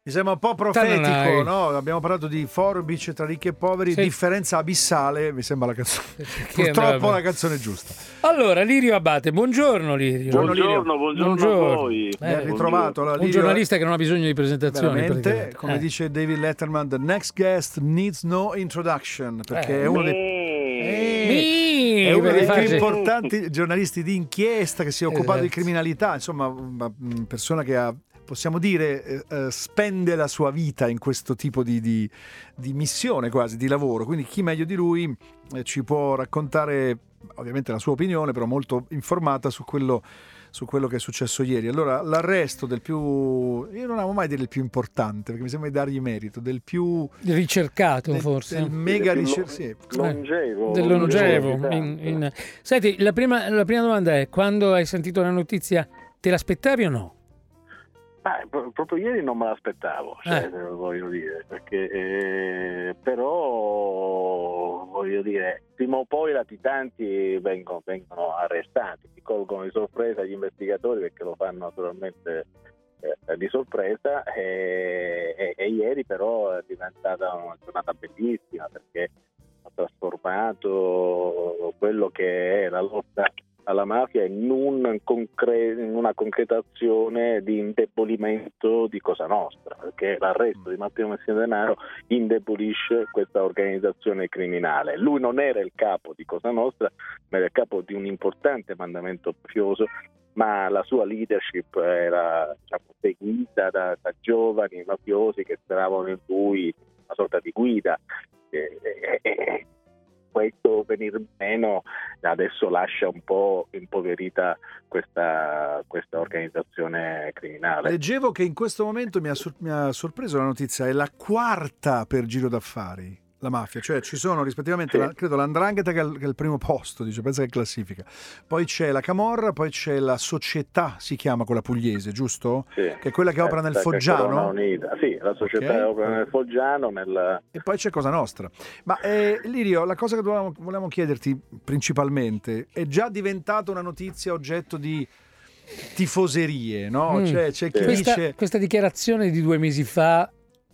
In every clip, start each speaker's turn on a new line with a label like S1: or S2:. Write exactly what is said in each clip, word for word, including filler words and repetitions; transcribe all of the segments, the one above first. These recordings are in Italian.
S1: Mi sembra un po' profetico, no? Abbiamo parlato di forbice tra ricchi e poveri, sì. Differenza abissale, mi sembra la canzone. Purtroppo la canzone giusta.
S2: Allora, Lirio Abate, buongiorno Lirio.
S3: Buongiorno, buongiorno, buongiorno a voi.
S1: Ben ritrovato. Allora,
S2: un
S1: Lirio
S2: giornalista che non ha bisogno di presentazioni.
S1: Veramente, come eh. dice David Letterman, the next guest needs no introduction, perché eh. è uno dei... Eh, è uno dei più importanti giornalisti di inchiesta che si è occupato esatto. di criminalità, insomma, una persona che ha, possiamo dire, eh, spende la sua vita in questo tipo di, di, di missione quasi, di lavoro. Quindi chi meglio di lui eh, ci può raccontare ovviamente la sua opinione, però molto informata su quello, su quello che è successo ieri. Allora, l'arresto del più, io non amo mai dire il più importante, perché mi sembra di dargli merito, del più
S2: ricercato,
S1: del,
S2: forse
S1: del mega ricercato,
S3: sì, longevo,
S2: del longevo. In, in... Senti, la prima, la prima domanda è: quando hai sentito la notizia, te l'aspettavi o no?
S3: Ah, proprio ieri non me l'aspettavo, cioè, eh. voglio dire, perché eh, però voglio dire, prima o poi i latitanti vengono, vengono arrestati, si colgono di sorpresa gli investigatori, perché lo fanno naturalmente eh, di sorpresa, e, e, e ieri però è diventata una giornata bellissima, perché ha trasformato quello che è la lotta alla mafia in, un concre- in una concretazione di indebolimento di Cosa Nostra, perché l'arresto di Matteo Messina Denaro indebolisce questa organizzazione criminale. Lui non era il capo di Cosa Nostra, ma era il capo di un importante mandamento mafioso, ma la sua leadership era, diciamo, seguita da, da giovani mafiosi che speravano in lui una sorta di guida. E, e, e, questo venir meno adesso lascia un po' impoverita questa, questa organizzazione criminale.
S1: Leggevo che in questo momento mi ha, sor- mi ha sorpreso la notizia, è la quarta per giro d'affari la mafia, cioè ci sono rispettivamente sì. la, credo l'Andrangheta che è, il, che è il primo posto, dice, pensa che classifica, poi c'è la Camorra, poi c'è la Società, si chiama quella pugliese, giusto? Sì. Che è quella che opera nel Foggiano.
S3: Sì, la società okay. che opera nel Foggiano. Nel...
S1: E poi c'è Cosa Nostra. Ma eh, Lirio, la cosa che volevamo, volevamo chiederti principalmente, è già diventata una notizia oggetto di tifoserie, no? Mm. Cioè, c'è chi
S2: questa,
S1: dice...
S2: Questa dichiarazione di due mesi fa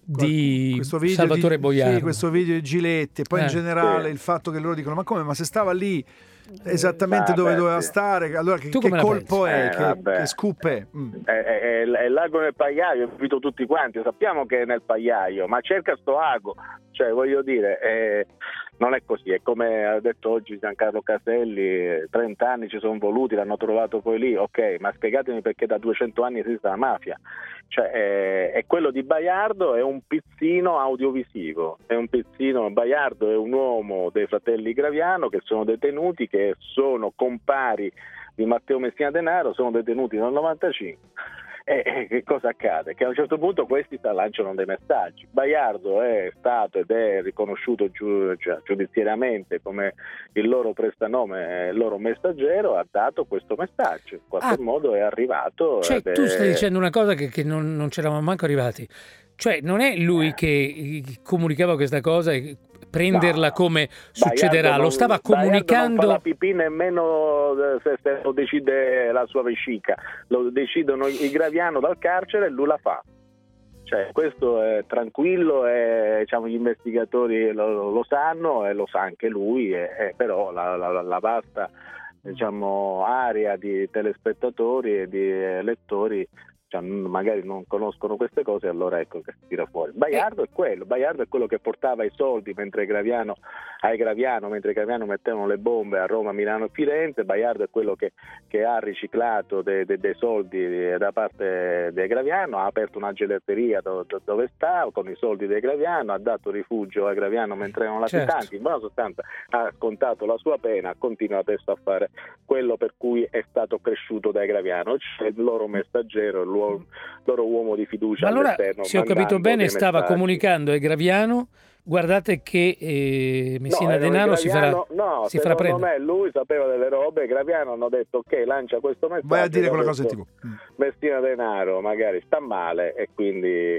S2: di Salvatore
S1: di,
S2: Boiardo,
S1: sì, questo video di Giletti, e poi eh, in generale sì. il fatto che loro dicono: ma come, ma se stava lì esattamente ah, dove beh, doveva sì. stare, allora che, che colpo è, eh, che, che scoop è? Mm.
S3: È, è, è, è l'ago nel pagliaio, invito tutti quanti, sappiamo che è nel pagliaio, ma cerca sto ago, cioè voglio dire, è, non è così, è come ha detto oggi Giancarlo Caselli, trenta anni ci sono voluti, l'hanno trovato poi lì, ok, ma spiegatemi perché da duecento anni esiste la mafia. Cioè, è, è quello di Boiardo è un pizzino audiovisivo, è un pizzino. Boiardo è un uomo dei fratelli Graviano che sono detenuti, che sono compari di Matteo Messina Denaro, sono detenuti nel novantacinque. E, e che cosa accade? Che a un certo punto questi lanciano dei messaggi. Boiardo è stato ed è riconosciuto giu, cioè, giudiziariamente come il loro prestanome, il loro messaggero, ha dato questo messaggio, in qualche ah, modo è arrivato.
S2: Cioè
S3: ed
S2: tu
S3: è...
S2: stai dicendo una cosa che, che non, non c'eravamo manco arrivati, cioè non è lui eh. che comunicava questa cosa e prenderla no, come succederà, non, lo stava comunicando.
S3: Non fa la pipì nemmeno se, se lo decide la sua vescica, lo decidono i Graviano dal carcere e lui la fa. Cioè questo è tranquillo, e, diciamo, gli investigatori lo, lo sanno e lo sa anche lui, e, e però la, la, la vasta, diciamo, area di telespettatori e di lettori magari non conoscono queste cose, allora ecco che si tira fuori. Boiardo è quello, Boiardo è quello che portava i soldi mentre Graviano, ai Graviano, mentre Graviano mettevano le bombe a Roma, Milano e Firenze. Boiardo è quello che, che ha riciclato dei de, de soldi da parte dei Graviano, ha aperto una gelateria do, do, dove sta con i soldi dei Graviano, ha dato rifugio a Graviano mentre erano latitanti, certo. In buona sostanza ha scontato la sua pena, continua adesso a fare quello per cui è stato cresciuto dai Graviano, cioè il loro messaggero, il loro uomo di fiducia.
S2: Ma allora,
S3: all'esterno,
S2: se ho capito bene, stava
S3: messaggi.
S2: comunicando ai Graviano: guardate che eh, Messina no, Denaro si farà,
S3: no,
S2: si farà prendere.
S3: Me lui sapeva delle robe, Graviano hanno detto ok, lancia questo messaggio.
S1: Vai a dire quella cosa in tivù.
S3: Messina Denaro magari sta male e quindi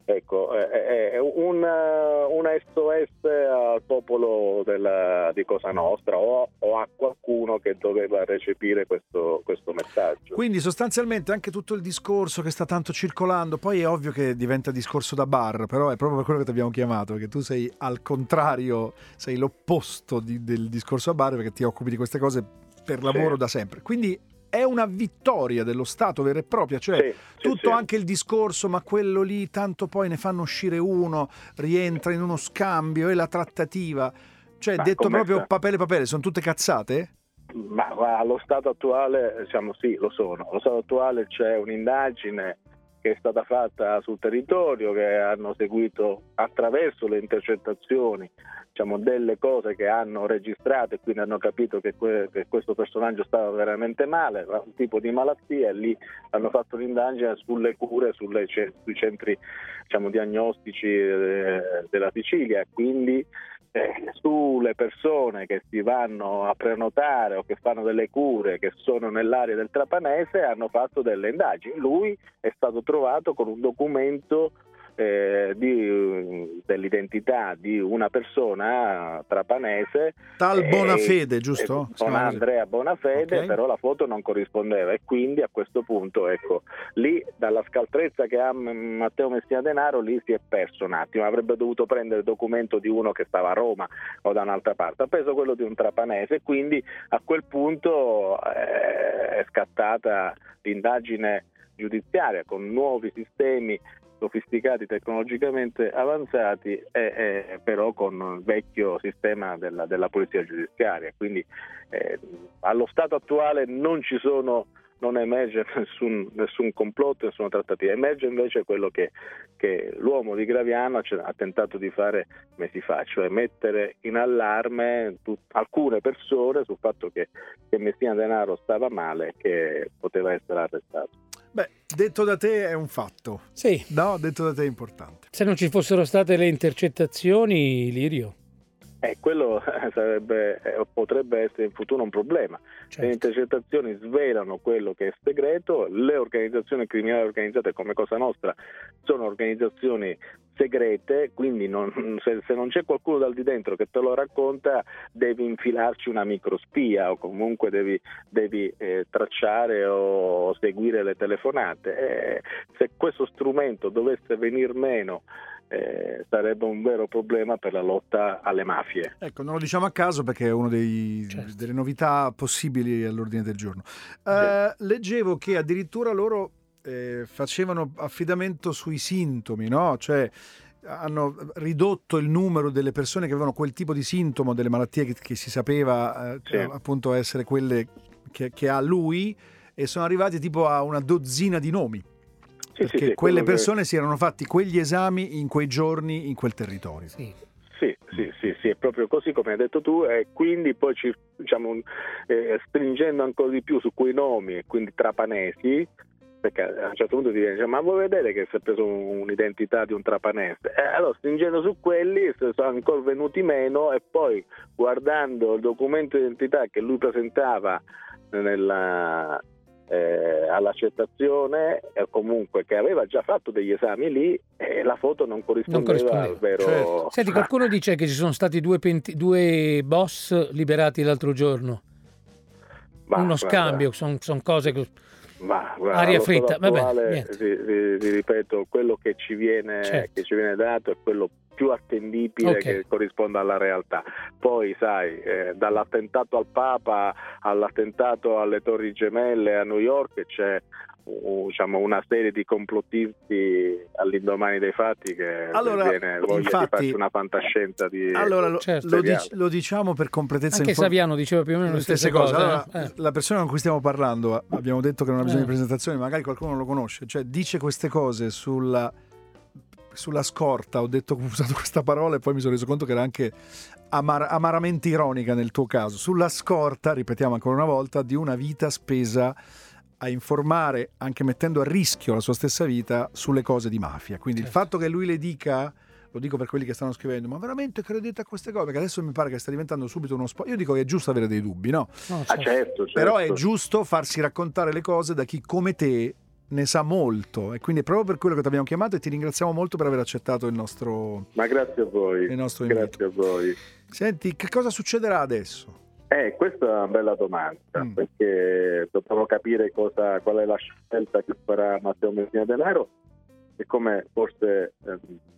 S3: Ecco, è, è un, un S O S al popolo della, di Cosa Nostra o, o a qualcuno che doveva recepire questo, questo messaggio.
S1: Quindi sostanzialmente anche tutto il discorso che sta tanto circolando, poi è ovvio che diventa discorso da bar, però è proprio per quello che ti abbiamo chiamato, perché tu sei al contrario, sei l'opposto di, del discorso a bar, perché ti occupi di queste cose per lavoro sì. da sempre. Quindi è una vittoria dello Stato vera e propria, cioè sì, tutto sì, anche sì. il discorso, ma quello lì tanto poi ne fanno uscire uno, rientra in uno scambio e la trattativa, cioè ma detto proprio sta? papele papele, sono tutte cazzate?
S3: Ma, ma allo stato attuale, diciamo sì, lo sono. Allo stato attuale c'è un'indagine che è stata fatta sul territorio, che hanno seguito attraverso le intercettazioni, diciamo, delle cose che hanno registrato e quindi hanno capito che, que- che questo personaggio stava veramente male, un tipo di malattia, e lì hanno fatto un'indagine sulle cure, sulle ce- sui centri, diciamo, diagnostici eh, della Sicilia, quindi eh, sulle persone che si vanno a prenotare o che fanno delle cure che sono nell'area del Trapanese hanno fatto delle indagini. Lui è stato trovato con un documento Eh, di, dell'identità di una persona trapanese,
S1: tal Bonafede, eh, giusto?
S3: Eh, con Andrea Bonafede, okay. Però la foto non corrispondeva e quindi a questo punto, ecco, lì dalla scaltrezza che ha Matteo Messina Denaro, lì si è perso un attimo. Avrebbe dovuto prendere il documento di uno che stava a Roma o da un'altra parte, ha preso quello di un trapanese, quindi a quel punto eh, è scattata l'indagine giudiziaria con nuovi sistemi sofisticati, tecnologicamente avanzati, e, e, però con il vecchio sistema della, della polizia giudiziaria. Quindi eh, allo stato attuale non ci sono, non emerge nessun, nessun complotto, nessuna trattativa. Emerge invece quello che, che l'uomo di Graviano ha tentato di fare mesi fa, cioè mettere in allarme tut, alcune persone sul fatto che, che Messina Denaro stava male e che poteva essere arrestato.
S1: Beh, detto da te è un fatto.
S2: Sì.
S1: No, detto da te è importante.
S2: Se non ci fossero state le intercettazioni, Lirio.
S3: Eh, quello sarebbe, eh, potrebbe essere in futuro un problema. Certo. Le intercettazioni svelano quello che è segreto, le organizzazioni criminali organizzate come Cosa Nostra sono organizzazioni segrete, quindi non, se, se non c'è qualcuno dal di dentro che te lo racconta, devi infilarci una microspia o comunque devi, devi eh, tracciare o seguire le telefonate. Eh, se questo strumento dovesse venir meno, Eh, sarebbe un vero problema per la lotta alle mafie.
S1: Ecco, non lo diciamo a caso perché è una certo. delle novità possibili all'ordine del giorno. Uh, sì. Leggevo che addirittura loro eh, facevano affidamento sui sintomi, no? Cioè hanno ridotto il numero delle persone che avevano quel tipo di sintomo, delle malattie che, che si sapeva eh, sì. appunto essere quelle che, che ha lui, e sono arrivati tipo a una dozzina di nomi. Sì, perché sì, sì, quelle persone che... si erano fatti quegli esami in quei giorni in quel territorio.
S3: Sì. Sì, sì, sì, sì, è proprio così come hai detto tu, e quindi poi ci, diciamo, eh, stringendo ancora di più su quei nomi, e quindi trapanesi, perché a un certo punto ti viene, ma vuoi vedere che si è preso un'identità di un trapanese? Eh, allora stringendo su quelli sono ancora venuti meno, e poi guardando il documento di identità che lui presentava nella... Eh, all'accettazione, eh, comunque che aveva già fatto degli esami lì, e eh, la foto non corrispondeva, non corrispondeva. al vero.
S2: Certo. Senti, qualcuno dice che ci sono stati due, penti- due boss liberati l'altro giorno. Ma, uno scambio, sono son cose che...
S3: Ma, guarda,
S2: aria fritta.
S3: Vabbè, ti, ti, ti ripeto, quello che ci viene, certo. che ci viene dato è quello più attendibile, okay. che corrisponda alla realtà. Poi sai, eh, dall'attentato al Papa all'attentato alle Torri Gemelle a New York c'è uh, diciamo una serie di complottisti all'indomani dei fatti che
S1: allora,
S3: viene voglia
S1: infatti,
S3: di farci una fantascienza di
S1: allora lo, certo. lo, dic- lo diciamo per completezza.
S2: Anche info- Saviano diceva più o meno le stesse, stesse cose, cose. Allora, eh.
S1: La persona con cui stiamo parlando, abbiamo detto che non ha bisogno eh. di presentazioni, magari qualcuno non lo conosce, cioè dice queste cose sulla sulla scorta, ho detto, ho usato questa parola e poi mi sono reso conto che era anche amar- amaramente ironica nel tuo caso, sulla scorta, ripetiamo ancora una volta, di una vita spesa a informare, anche mettendo a rischio la sua stessa vita, sulle cose di mafia. Quindi certo. il fatto che lui le dica, lo dico per quelli che stanno scrivendo, ma veramente credete a queste cose? Perché adesso mi pare che sta diventando subito uno sport. Io dico che è giusto avere dei dubbi, no?
S3: no certo. Ah, certo, certo.
S1: Però è giusto farsi raccontare le cose da chi come te ne sa molto, e quindi è proprio per quello che ti abbiamo chiamato, e ti ringraziamo molto per aver accettato il nostro
S3: Ma grazie a voi.
S1: il nostro invito.
S3: Grazie a voi.
S1: Senti, che cosa succederà adesso?
S3: Eh, questa è una bella domanda,
S1: Mm.
S3: perché dobbiamo capire cosa, qual è la scelta che farà Matteo Messina Denaro, e come forse eh,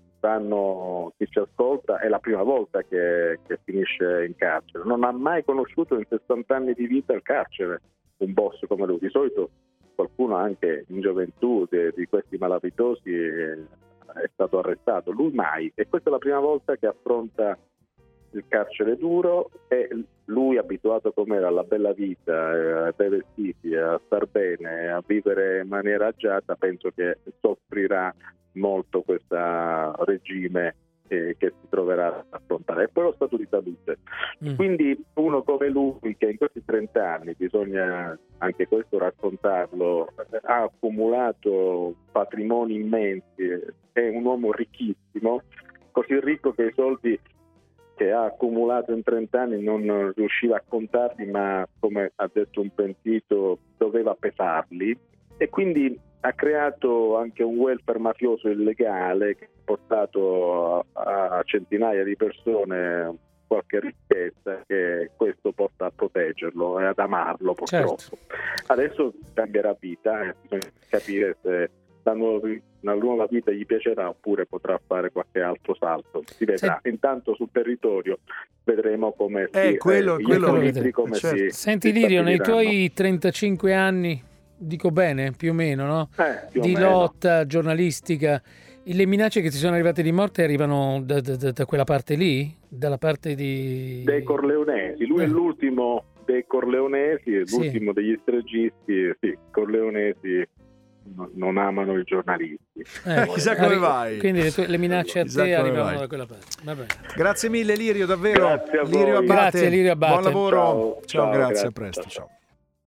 S3: sanno chi ci ascolta, è la prima volta che, che finisce in carcere. Non ha mai conosciuto in sessanta anni di vita il carcere un boss come lui. Di solito qualcuno anche in gioventù de, di questi malavitosi è, è stato arrestato, lui mai, e questa è la prima volta che affronta il carcere duro, e lui, abituato com'era alla bella vita, ai bei vestiti, a star bene, a vivere in maniera agiata, penso che soffrirà molto questo regime eh, che si troverà ad affrontare. E poi lo stato di salute. Mm. Quindi uno come lui, che in questi trenta anni, bisogna anche questo raccontarlo, ha accumulato patrimoni immensi, è un uomo ricchissimo, così ricco che i soldi che ha accumulato in trenta anni non riusciva a contarli, ma, come ha detto un pentito, doveva pesarli, e quindi ha creato anche un welfare mafioso illegale che ha portato a, a centinaia di persone qualche ricchezza, che questo porta a proteggerlo e ad amarlo, purtroppo. Certo. Adesso cambierà vita, eh, bisogna capire se la nuova, la nuova vita gli piacerà oppure potrà fare qualche altro salto, si vedrà. Sì. Intanto sul territorio vedremo come
S1: eh,
S3: si
S1: quello,
S3: eh,
S1: quello
S3: equilibri, come
S1: certo.
S3: si
S2: Senti
S3: si
S2: Lirio, nei tuoi trentacinque anni, dico bene, più o meno, no?
S3: Eh, più o
S2: di
S3: meno.
S2: lotta giornalistica, le minacce che ti sono arrivate di morte arrivano da, da, da quella parte lì? Dalla parte di...
S3: dei Corleonesi, lui eh. è l'ultimo dei Corleonesi, l'ultimo sì. degli stregisti, sì, Corleonesi non amano i giornalisti.
S1: Eh, chissà come vai.
S2: Quindi le, tue, le minacce a
S1: chissà
S2: te arrivano
S1: vai.
S2: da quella parte. Va bene.
S1: Grazie mille Lirio, davvero.
S3: Grazie a voi.
S1: Lirio Abate.
S2: Grazie Lirio Abate.
S1: Buon lavoro.
S3: Ciao,
S1: ciao,
S3: ciao
S1: grazie,
S3: grazie,
S1: a presto.
S3: ciao.
S1: Ciao.